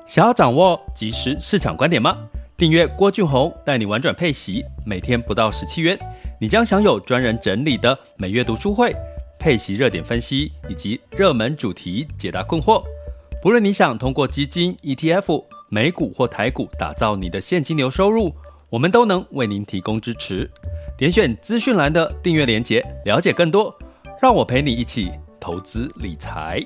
想要掌握即时市场观点吗？订阅郭俊宏带你玩转配息，每天不到17元，你将享有专人整理的每月读书会、配息热点分析以及热门主题解答困惑。不论你想通过基金、ETF、美股或台股打造你的现金流收入，我们都能为您提供支持。点选资讯栏的订阅连结，了解更多。让我陪你一起投资理财。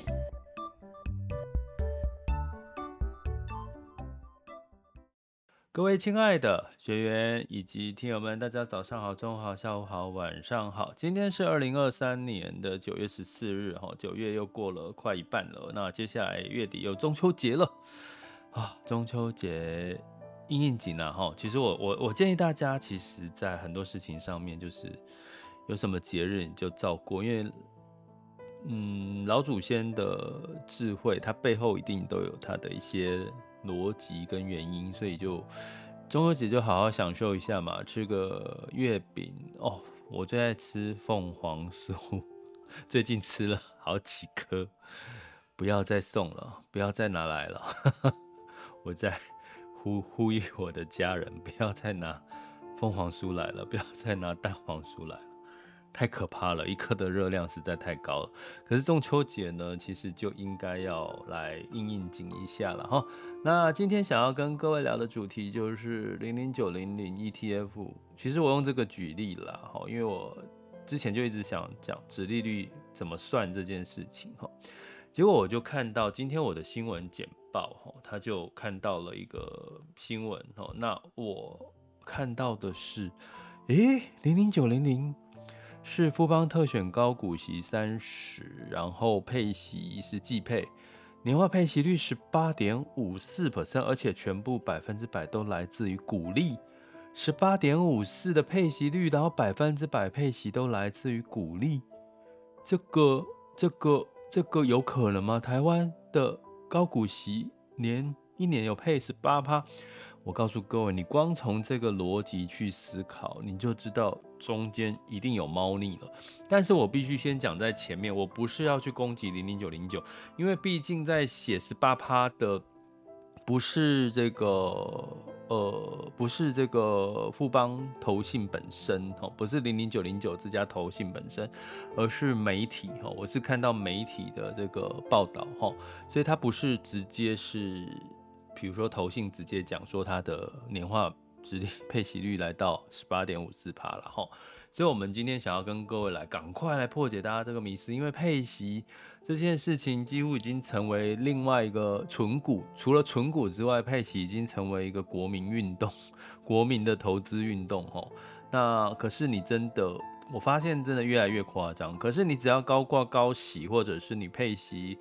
各位亲爱的学员以及听友们，大家早上好、中午好、下午好、晚上好。今天是2023年的9月14日，9月又过了快一半了。那接下来月底又中秋节了啊！中秋节应景啊，其实我建议大家，其实在很多事情上面，就是有什么节日你就照过，因为老祖先的智慧，它背后一定都有它的一些逻辑跟原因，所以就中秋节就好好享受一下嘛，吃个月饼哦。我最爱吃凤凰酥，最近吃了好几颗，不要再送了，不要再拿来了。我在呼吁我的家人，不要再拿凤凰酥来了，不要再拿蛋黄酥来了。太可怕了，一颗的热量实在太高了。可是中秋节呢，其实就应该要来应景一下了哈。那今天想要跟各位聊的主题就是00900 ETF。其实我用这个举例啦，因为我之前就一直想讲殖利率怎么算这件事情哈。结果我就看到今天我的新闻简报，他就看到了一个新闻，那我看到的是00900是富邦特选高股息30%，然后配息是季配，年化配息率 18.54%， 而且全部100%都来自于股利。18.54% 的配息率，然后100%配息都来自于股利，这个有可能吗？台湾的高股息一年有配 18%，我告诉各位，你光从这个逻辑去思考，你就知道中间一定有猫腻了。但是我必须先讲在前面，我不是要去攻击00909，因为毕竟在写 18% 的不是这个富邦投信本身，不是00909这家投信本身，而是媒体，我是看到媒体的这个报道，所以它不是直接是比如说投信直接讲说它的年化殖利配息率来到 18.54% 了，所以我们今天想要跟各位赶快来破解大家这个迷思，因为配息这件事情几乎已经成为另外一个存股，除了存股之外，配息已经成为一个国民运动，国民的投资运动。那可是你真的，我发现真的越来越夸张。可是你只要高挂高息，或者是你配息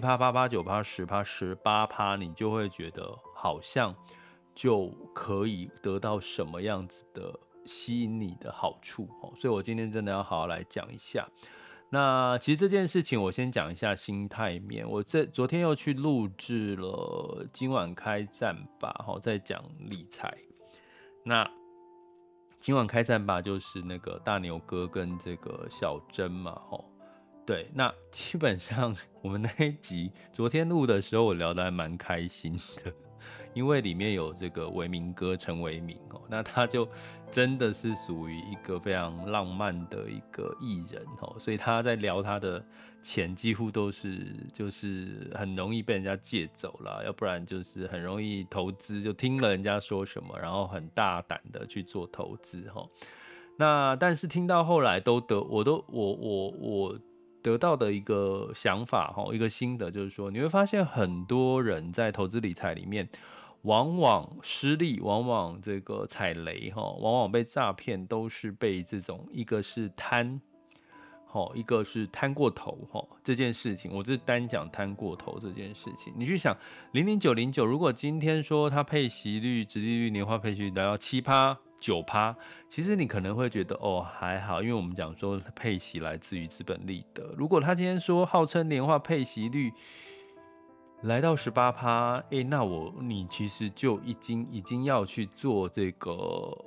7%、8%、9%、10%、18%，你就会觉得好像就可以得到什么样子的吸引你的好处。所以我今天真的要好好来讲一下。那其实这件事情我先讲一下心态面，我昨天又去录制了今晚开战吧，在讲理财。那今晚开战吧就是那个大牛哥跟这个小珍嘛，对，那基本上我们那一集昨天录的时候，我聊得还蛮开心的。因为里面有这个维明哥陈维明，那他就真的是属于一个非常浪漫的一个艺人，所以他在聊他的钱几乎都是就是很容易被人家借走了，要不然就是很容易投资，就听了人家说什么，然后很大胆的去做投资。那但是听到后来我得到的一个想法，一个心得就是说，你会发现很多人在投资理财里面往往失利，往往这个踩雷，往往被诈骗，都是被这种一个是贪，一个是贪过头这件事情。我只单讲贪过头这件事情。你去想00909，如果今天说它配息率、殖利率、年化配息率来到7%、9%，其实你可能会觉得还好，因为我们讲说配息来自于资本利得。如果他今天说号称年化配息率来到 18%，那你其实就已经要去做这个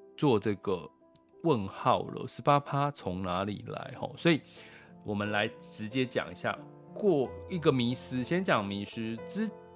问号了，18%从哪里来？所以我们来直接讲一下过一个迷思，先讲迷思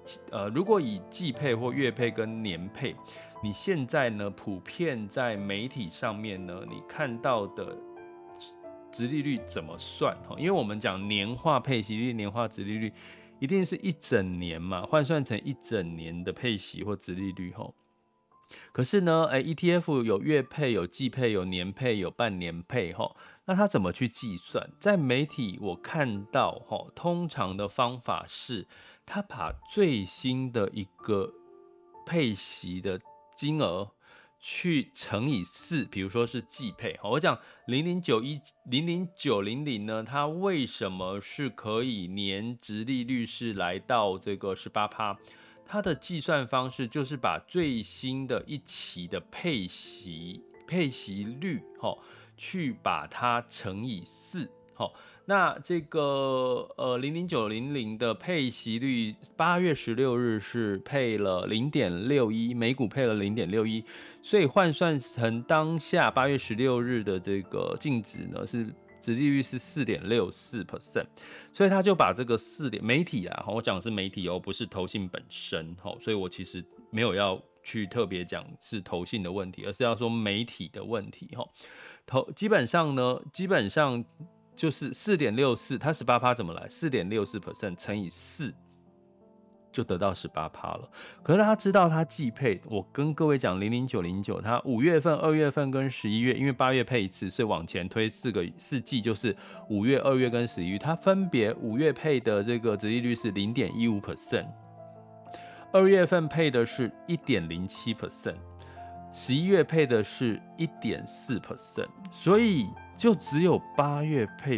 如果以季配或月配跟年配，你现在呢普遍在媒体上面呢，你看到的殖利率怎么算？因为我们讲年化配息率、年化殖利率，一定是一整年嘛，换算成一整年的配息或殖利率。可是呢，ETF 有月配、有季配、有年配、有半年配，那它怎么去计算？在媒体我看到，通常的方法是，它把最新的一个配息的金额去乘以4，比如说是季配，我讲0091、00900呢，它为什么是可以年殖利率是来到这个18%？它的计算方式就是把最新的一期的配息率，去把它乘以4。那这个00900的配息率，8月16日是配了0.61，每股配了0.61，所以换算成当下8月16日的这个净值呢是。殖利率是 4.64%， 所以他就把这个媒体啊，我讲的是媒体不是投信本身，所以我其实没有要去特别讲是投信的问题，而是要说媒体的问题。基本上就是 4.64%， 它 18% 怎么来 4.64% 乘以4就得到 18% 了。可是他知道他季配，我跟各位讲00909，他5月份、2月份跟11月，因为8月配一次，所以往前推4季就是5月、2月跟11月，他分别5月配的这个殖利率是 0.15%， 2月份配的是 1.07%， 11月配的是 1.4%， 所以就只有8月配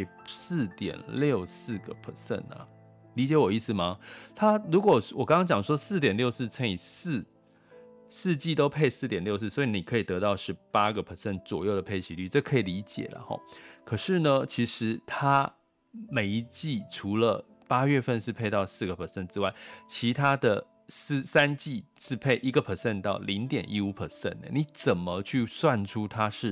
4.64% 啊。理解我意思吗？他如果我刚刚讲说 4.64 乘以4， 4季都配 4.64， 所以你可以得到 18% 左右的配息率，这可以理解了。可是呢，其实它每一季除了8月份是配到 4% 之外，其他的3季是配 1% 到 0.15%， 你怎么去算出它是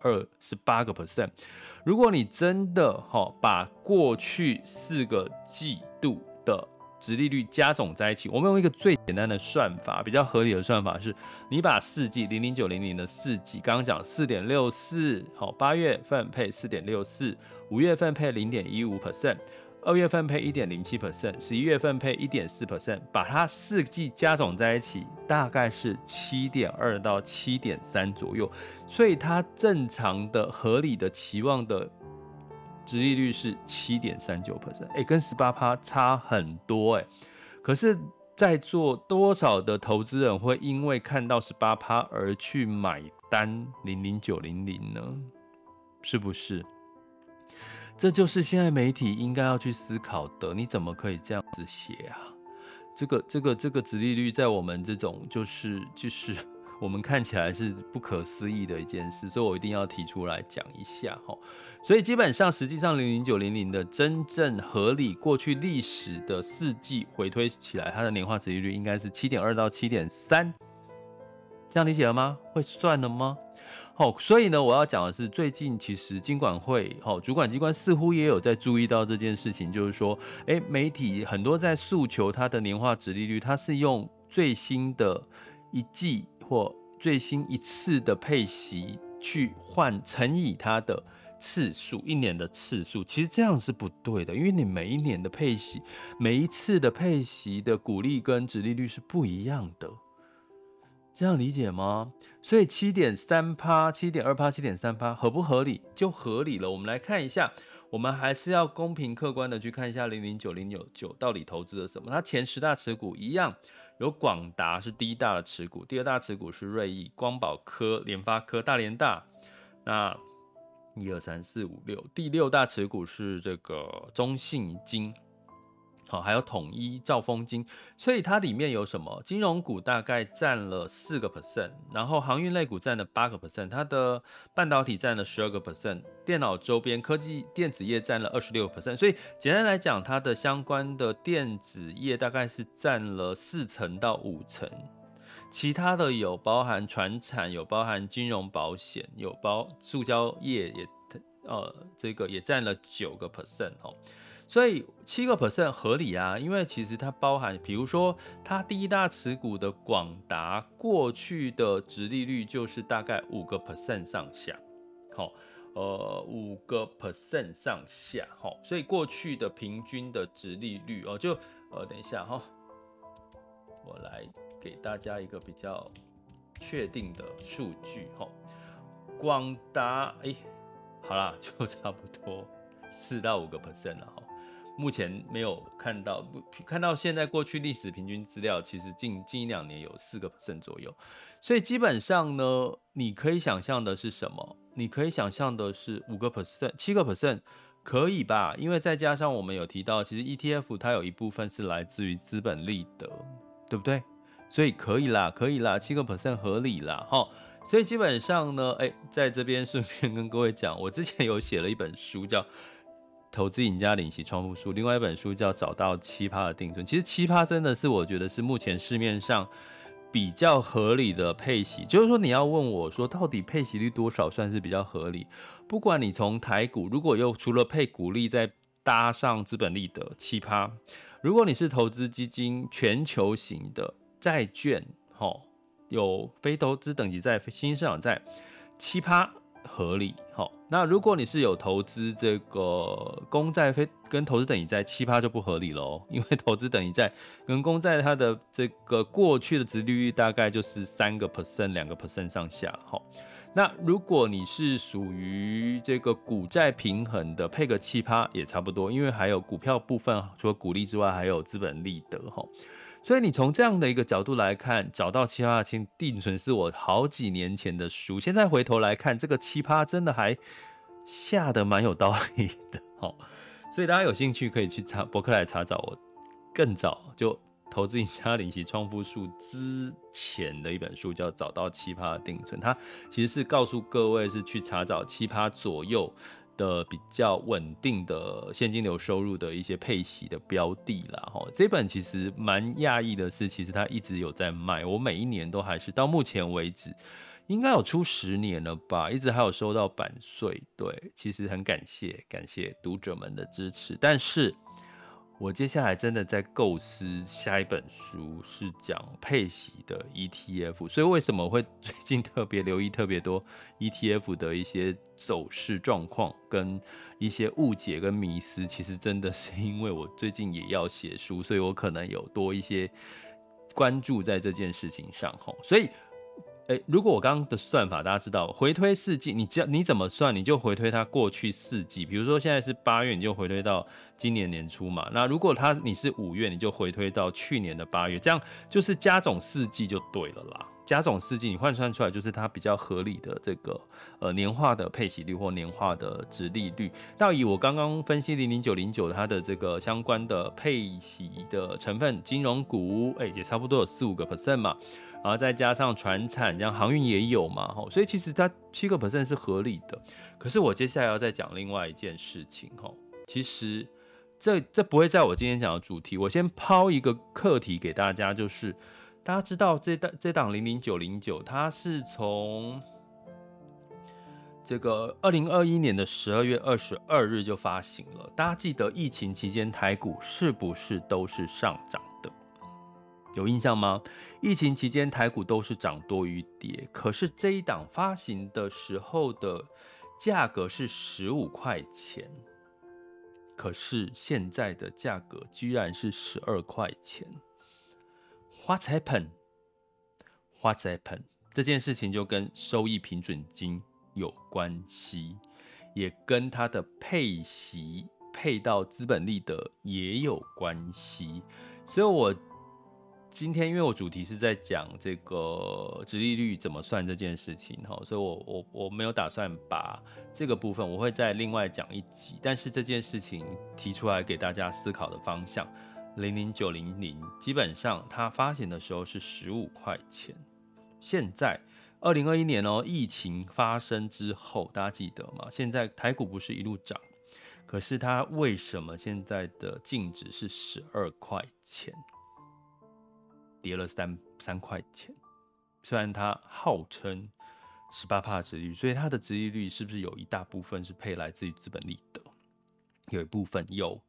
18%？ 如果你真的把过去4个季度的殖利率加总在一起，我们用一个最简单的算法，比较合理的算法是，你把4季00900的4季，刚刚讲 4.64， 8月份配 4.64， 5月份配 0.15%， 2月份配 1.07%， 11月份配 1.4%， 把它4季加总在一起，大概是 7.2 到 7.3 左右，所以它正常的合理的期望的殖利率是 7.39%， 跟 18% 差很多。可是在座多少的投资人会因为看到 18% 而去买单00900呢？是不是？这就是现在媒体应该要去思考的，你怎么可以这样子写啊？这个殖利率在我们这种就是我们看起来是不可思议的一件事，所以我一定要提出来讲一下。所以基本上实际上00900的真正合理过去历史的4季回推起来，它的年化殖利率应该是 7.2 到 7.3， 这样理解了吗？会算了吗？所以呢，我要讲的是，最近其实金管会主管机关似乎也有在注意到这件事情，就是说，媒体很多在诉求它的年化殖利率，它是用最新的一季或最新一次的配息去乘以它的次数，一年的次数，其实这样是不对的，因为你每一年的配息，每一次的配息的股利跟殖利率是不一样的。这样理解吗？所以 7.3%、7.2%、7.3% 合不合理？就合理了。我们来看一下，我们还是要公平客观的去看一下009到底投资了什么。它前10大持股一样，有广达是第1大的持股，第2大持股是瑞昱、光宝科、联发科、大联大。那1、2、3、4、5、6，第6大持股是这个中信金。还有统一、兆丰金，所以它里面有什么？金融股大概占了4%，然后航运类股占了8%，它的半导体占了12%，电脑周边科技电子业占了26%，所以简单来讲，它的相关的电子业大概是占了4%到5%，其他的有包含传产，有包含金融保险，有塑胶业也这个也占了9%。 所以7% 合理啊，因为其实它包含，比如说它第一大持股的广达，过去的殖利率就是大概5% 上下，好，5% 上下，好，所以过去的平均的殖利率哦，就等一下哈，我来给大家一个比较确定的数据哈，广达好啦，就差不多4到5% 了哈。目前没有看到现在过去历史平均资料，其实近1-2年有4% 左右，所以基本上呢，你可以想象的是什么？你可以想象的是5% 7% 可以吧？因为再加上我们有提到，其实 ETF 它有一部分是来自于资本利得，对不对？所以可以啦，7% 合理啦，哈。所以基本上呢，在这边顺便跟各位讲，我之前有写了一本书叫投资赢家领息创富术，另外一本书叫找到7%的定存。其实7%真的是我觉得是目前市面上比较合理的配息，就是说你要问我说到底配息率多少算是比较合理？不管你从台股，如果又除了配股利再搭上资本利得7%，如果你是投资基金全球型的债券，有非投资等级债、新兴市场债7%合理。那如果你是有投资这个公债跟投资等级债7%就不合理了，因为投资等级债跟公债它的这个过去的殖利率大概就是3% 2% 上下。那如果你是属于这个股债平衡的，配个7%也差不多，因为还有股票部分除了股利之外还有资本利得。所以你从这样的一个角度来看，找到7%的定存是我好几年前的书，现在回头来看，这个7%真的还下得蛮有道理的。所以大家有兴趣可以去博客来查找我更早就投资赢家领息创富术之前的一本书，叫找到7%的定存，它其实是告诉各位是去查找7%左右的比较稳定的现金流收入的一些配息的标的啦。这本其实蛮讶异的是，其实它一直有在卖，我每一年都还是到目前为止应该有出10年了吧，一直还有收到版税。对，其实很感谢读者们的支持。但是我接下来真的在构思下一本书是讲配息的 ETF， 所以为什么会最近特别留意特别多 ETF 的一些走势状况跟一些误解跟迷思，其实真的是因为我最近也要写书，所以我可能有多一些关注在这件事情上。所以如果我刚刚的算法大家知道，回推4季，你怎么算，你就回推它过去4季，比如说现在是8月，你就回推到今年年初嘛。那如果你是5月，你就回推到去年的8月，这样就是加总4季就对了啦。加总4季，你换算出来就是它比较合理的这个年化的配息率或年化的殖利率。那以我刚刚分析00909它的这个相关的配息的成分，金融股也差不多有4-5% 嘛。然后再加上传产，这样航运也有嘛，所以其实它7% 是合理的。可是我接下来要再讲另外一件事情，其实这不会在我今天讲的主题，我先抛一个课题给大家，就是大家知道这档00909，它是从这个2021年的12月22日就发行了。大家记得疫情期间台股是不是都是上涨的？有印象吗？疫情期间台股都是涨多于跌，可是这一档发行的时候的价格是15块钱，可是现在的价格居然是12块钱。What's happened？ 这件事情就跟收益平准金有关系，也跟它的配息配到资本利得也有关系。所以我今天因为我主题是在讲这个殖利率怎么算这件事情，所以我没有打算把这个部分我会再另外讲一集，但是这件事情提出来给大家思考的方向，00900基本上它发行的时候是15块钱，现在2021年疫情发生之后，大家记得吗？现在台股不是一路涨，可是它为什么现在的净值是12块钱？跌了3块钱，虽然它号称18%的殖利率，所以它的殖利率是不是有一大部分是配来自于资本利得？有一部分有，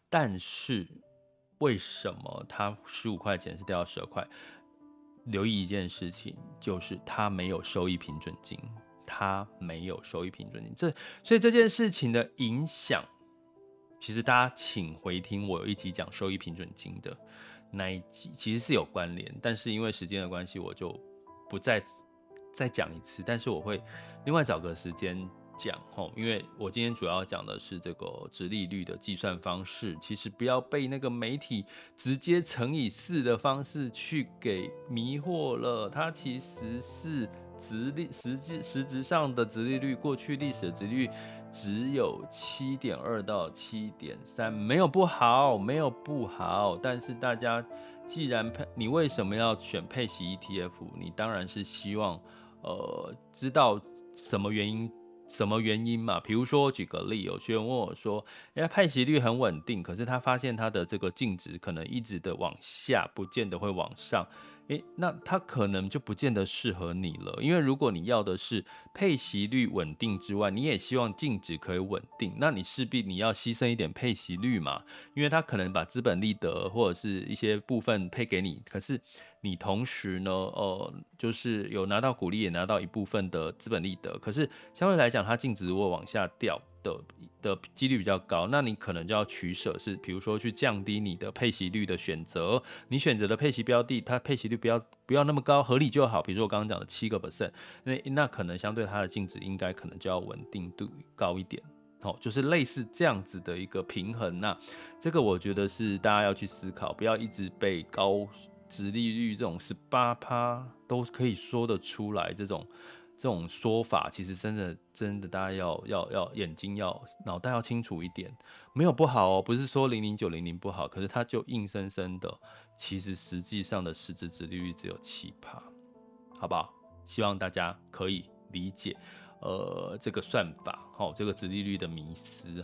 但是为什么它15块钱是掉到12块？留意一件事情，就是它没有收益平准金，它没有收益平准金，所以这件事情的影响，其实大家请回听我有一集讲收益平准金的那一集，其实是有关联，但是因为时间的关系，我就不再讲一次，但是我会另外找个时间讲，因为我今天主要讲的是这个殖利率的计算方式，其实不要被那个媒体直接乘以4的方式去给迷惑了，它其实是实质上的殖利率，过去历史的殖利率只有 7.2 到 7.3， 没有不好，没有不好，但是大家既然你为什么要选配息 ETF？ 你当然是希望知道什么原因嘛？比如说举个例，有学员问我说：“配息率很稳定，可是他发现他的这个净值可能一直的往下，不见得会往上。”那他可能就不见得适合你了，因为如果你要的是配息率稳定之外，你也希望净值可以稳定，那你势必你要牺牲一点配息率嘛，因为他可能把资本利得或者是一些部分配给你，可是你同时呢，就是有拿到股利，也拿到一部分的资本利得，可是相对来讲，它净值如果往下掉的几率比较高，那你可能就要取舍，是比如说去降低你的配息率的选择，你选择的配息标的，它配息率不要那么高，合理就好。比如说我刚刚讲的7%，那可能相对它的净值应该可能就要稳定度高一点。就是类似这样子的一个平衡，那这个我觉得是大家要去思考，不要一直被高殖利率这种18%都可以说得出来这种说法，其实真的大家要眼睛脑袋要清楚一点，没有不好哦，不是说00900不好，可是它就硬生生的，其实实际上的实质殖利率只有7%，好不好？希望大家可以理解这个算法，这个殖利率的迷思，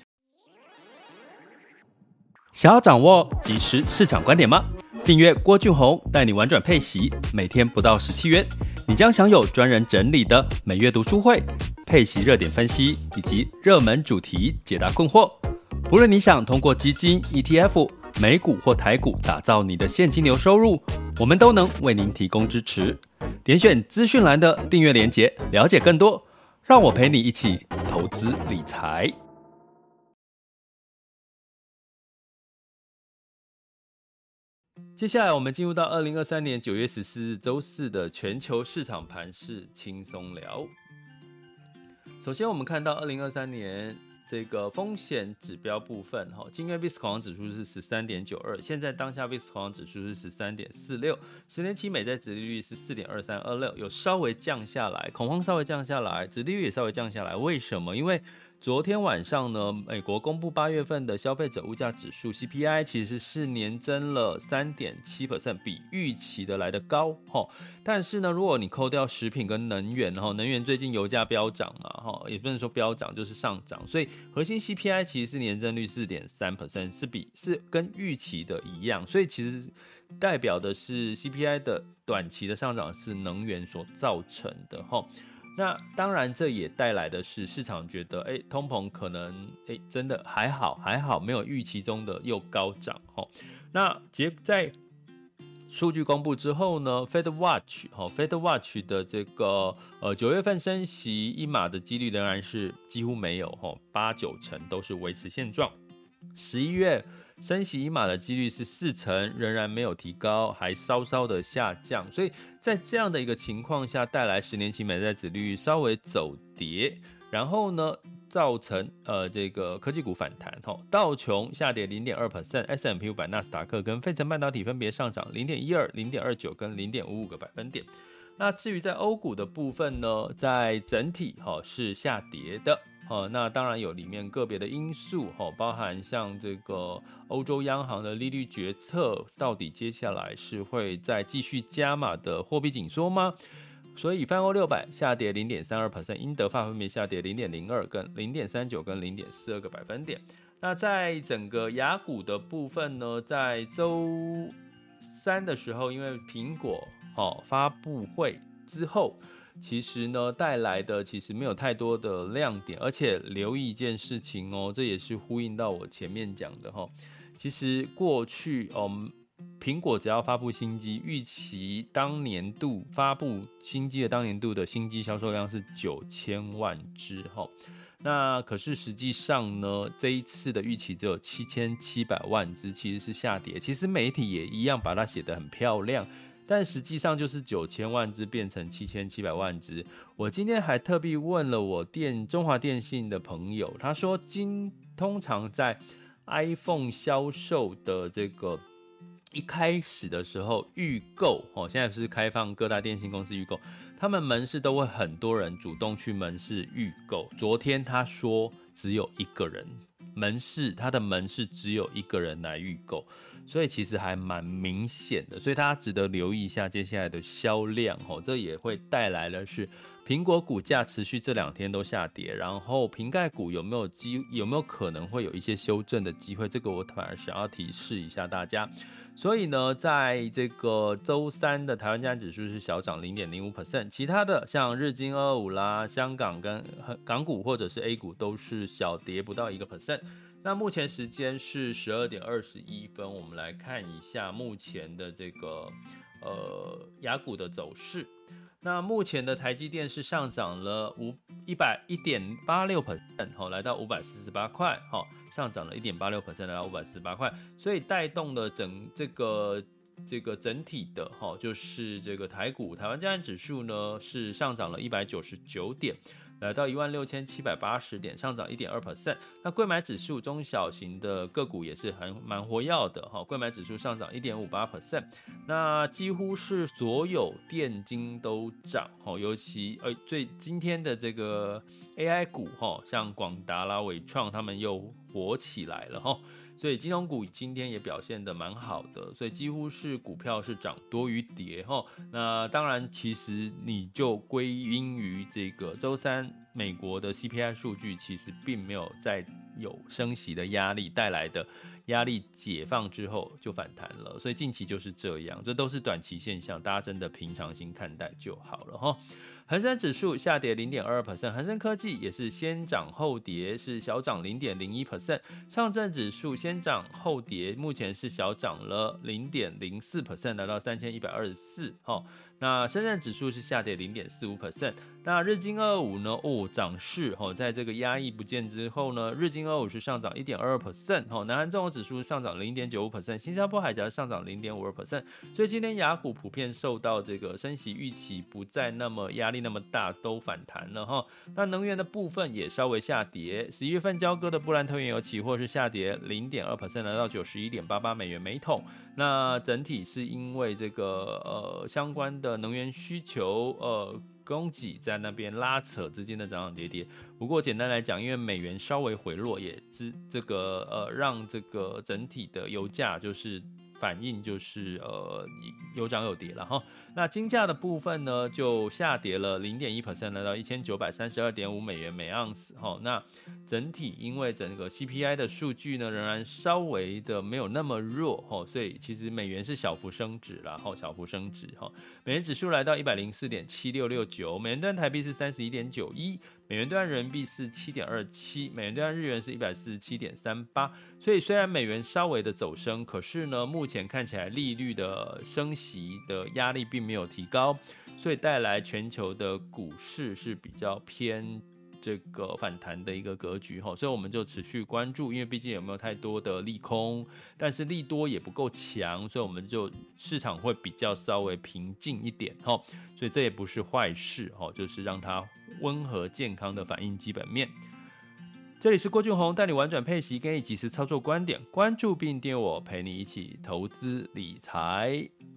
想要掌握即时市场观点吗？订阅郭俊宏带你玩转配息，每天不到17元，你将享有专人整理的每月读书会、配息热点分析以及热门主题解答困惑。不论你想通过基金、ETF、美股或台股打造你的现金流收入，我们都能为您提供支持。点选资讯栏的订阅连结，了解更多。让我陪你一起投资理财。接下来我们进入到2023年9月14日周四的全球市场盘势轻松聊。首先我们看到2023年这个风险指标部分，今月 VIX 恐慌指数是 13.92， 现在当下 VIX 恐慌指数是 13.46， 10年期美债殖利率是 4.2326， 有稍微降下来，恐慌稍微降下来，殖利率也稍微降下来。为什么？因为昨天晚上呢，美国公布8月份的消费者物价指数 CPI 其实是年增了 3.7%， 比预期的来得高。但是呢，如果你扣掉食品跟能源，能源最近油价飙涨嘛，也不能说飙涨，就是上涨，所以核心 CPI 其实是年增率 4.3%， 是跟预期的一样，所以其实代表的是 CPI 的短期的上涨是能源所造成的。那当然，这也带来的是市场觉得，通膨可能，真的还好，没有预期中的又高涨。那在数据公布之后呢 ，Fed Watch 的这个9月份升息一码的几率仍然是几乎没有，8-9成都是维持现状。11月升息一码的几率是4成，仍然没有提高，还稍稍的下降。所以在这样的一个情况下，带来10年期美债殖利率稍微走跌，然后呢，造成这个科技股反弹。道琼下跌 0.2%，S&P 500、纳斯达克跟费城半导体分别上涨 0.12、0.29跟 0.55个百分点。那至于在欧股的部分呢，在整体是下跌的。那当然有里面个别的因素，包含像这个欧洲央行的利率决策，到底接下来是会再继续加码的货币紧缩吗？所以泛欧600下跌 0.32%， 英德法分别下跌 0.02 跟 0.39 跟 0.42个百分点。那在整个亚股的部分呢，在周三的时候，因为苹果发布会之后， 其实呢带来的其实没有太多的亮点，而且留意一件事情哦，这也是呼应到我前面讲的哈。其实过去苹果只要发布新机，预期当年度发布新机的当年度的新机销售量是9000万只哈。那可是实际上呢，这一次的预期只有7700万只，其实是下跌。其实媒体也一样把它写得很漂亮，但实际上就是9000万只变成7700万只。我今天还特地问了我中华电信的朋友，他说通常在 iPhone 销售的这个一开始的时候预购，现在是开放各大电信公司预购，他们门市都会很多人主动去门市预购。昨天他说只有一个人，他的门市只有一个人来预购，所以其实还蛮明显的，所以大家值得留意一下接下来的销量，这也会带来的是苹果股价持续这2天都下跌，然后瓶盖股有没有可能会有一些修正的机会，这个我反而想要提示一下大家。所以呢，在这个周三的台湾加权指数是小涨 0.05%， 其他的像日经225啦、香港跟港股或者是 A 股都是小跌不到1%。那目前时间是12点21分，我们来看一下目前的这个亚股的走势。那目前的台积电是上涨了1.86%，来到548块，上涨了1.86%，来到548块，所以带动了这个整体的就是这个台湾加权指数呢是上涨了199点。来到16780点，上涨 1.2%。那柜买指数中小型的个股也是蛮活跃的柜买指数上涨 1.58%。那几乎是所有电金都涨尤其今天的这个 AI 股像广达啦、伟创他们又火起来了所以金融股今天也表现得蛮好的，所以几乎是股票是涨多于跌那当然，其实你就归因于这个周三美国的 CPI 数据，其实并没有再有升息的压力带来的压力解放之后就反弹了，所以近期就是这样，这都是短期现象，大家真的平常心看待就好了恒生指数下跌 0.22%， 恒生科技也是先涨后跌，是小涨 0.01%， 上证指数先涨后跌，目前是小涨了 0.04%， 来到3124那深圳指数是下跌 0.45%， 那日经25呢涨势在这个压抑不见之后呢，日经25是上涨 1.22%， 南韩综合指数上涨 0.95%， 新加坡海峡上涨 0.52%， 所以今天亚股普遍受到这个升息预期不再那么压力那么大，都反弹了那能源的部分也稍微下跌，11月份交割的布兰特原油期货是下跌 0.2%， 来到91.88美元每桶。那整体是因为这个相关的能源需求供给在那边拉扯之间的涨涨跌跌。不过简单来讲，因为美元稍微回落，也让这个整体的油价就是反应就是有涨有跌了那金价的部分呢就下跌了 0.1%， 来到1932.5美元每盎司那整体因为整个 CPI 的数据呢仍然稍微的没有那么弱所以其实美元是小幅升值啦小幅升值美元指数来到 104.7669， 美元兑台币是 31.91， 美元兑人民币是 7.27， 美元兑日元是 147.38。 所以虽然美元稍微的走升，可是呢目前看起来利率的升息的压力并没有提高，所以带来全球的股市是比较偏这个反弹的一个格局所以我们就持续关注，因为毕竟有没有太多的利空，但是利多也不够强，所以我们就市场会比较稍微平静一点所以这也不是坏事就是让它温和健康的反映基本面。这里是郭俊宏，带你玩转配息，给你及时操作观点，关注并订阅我，陪你一起投资理财。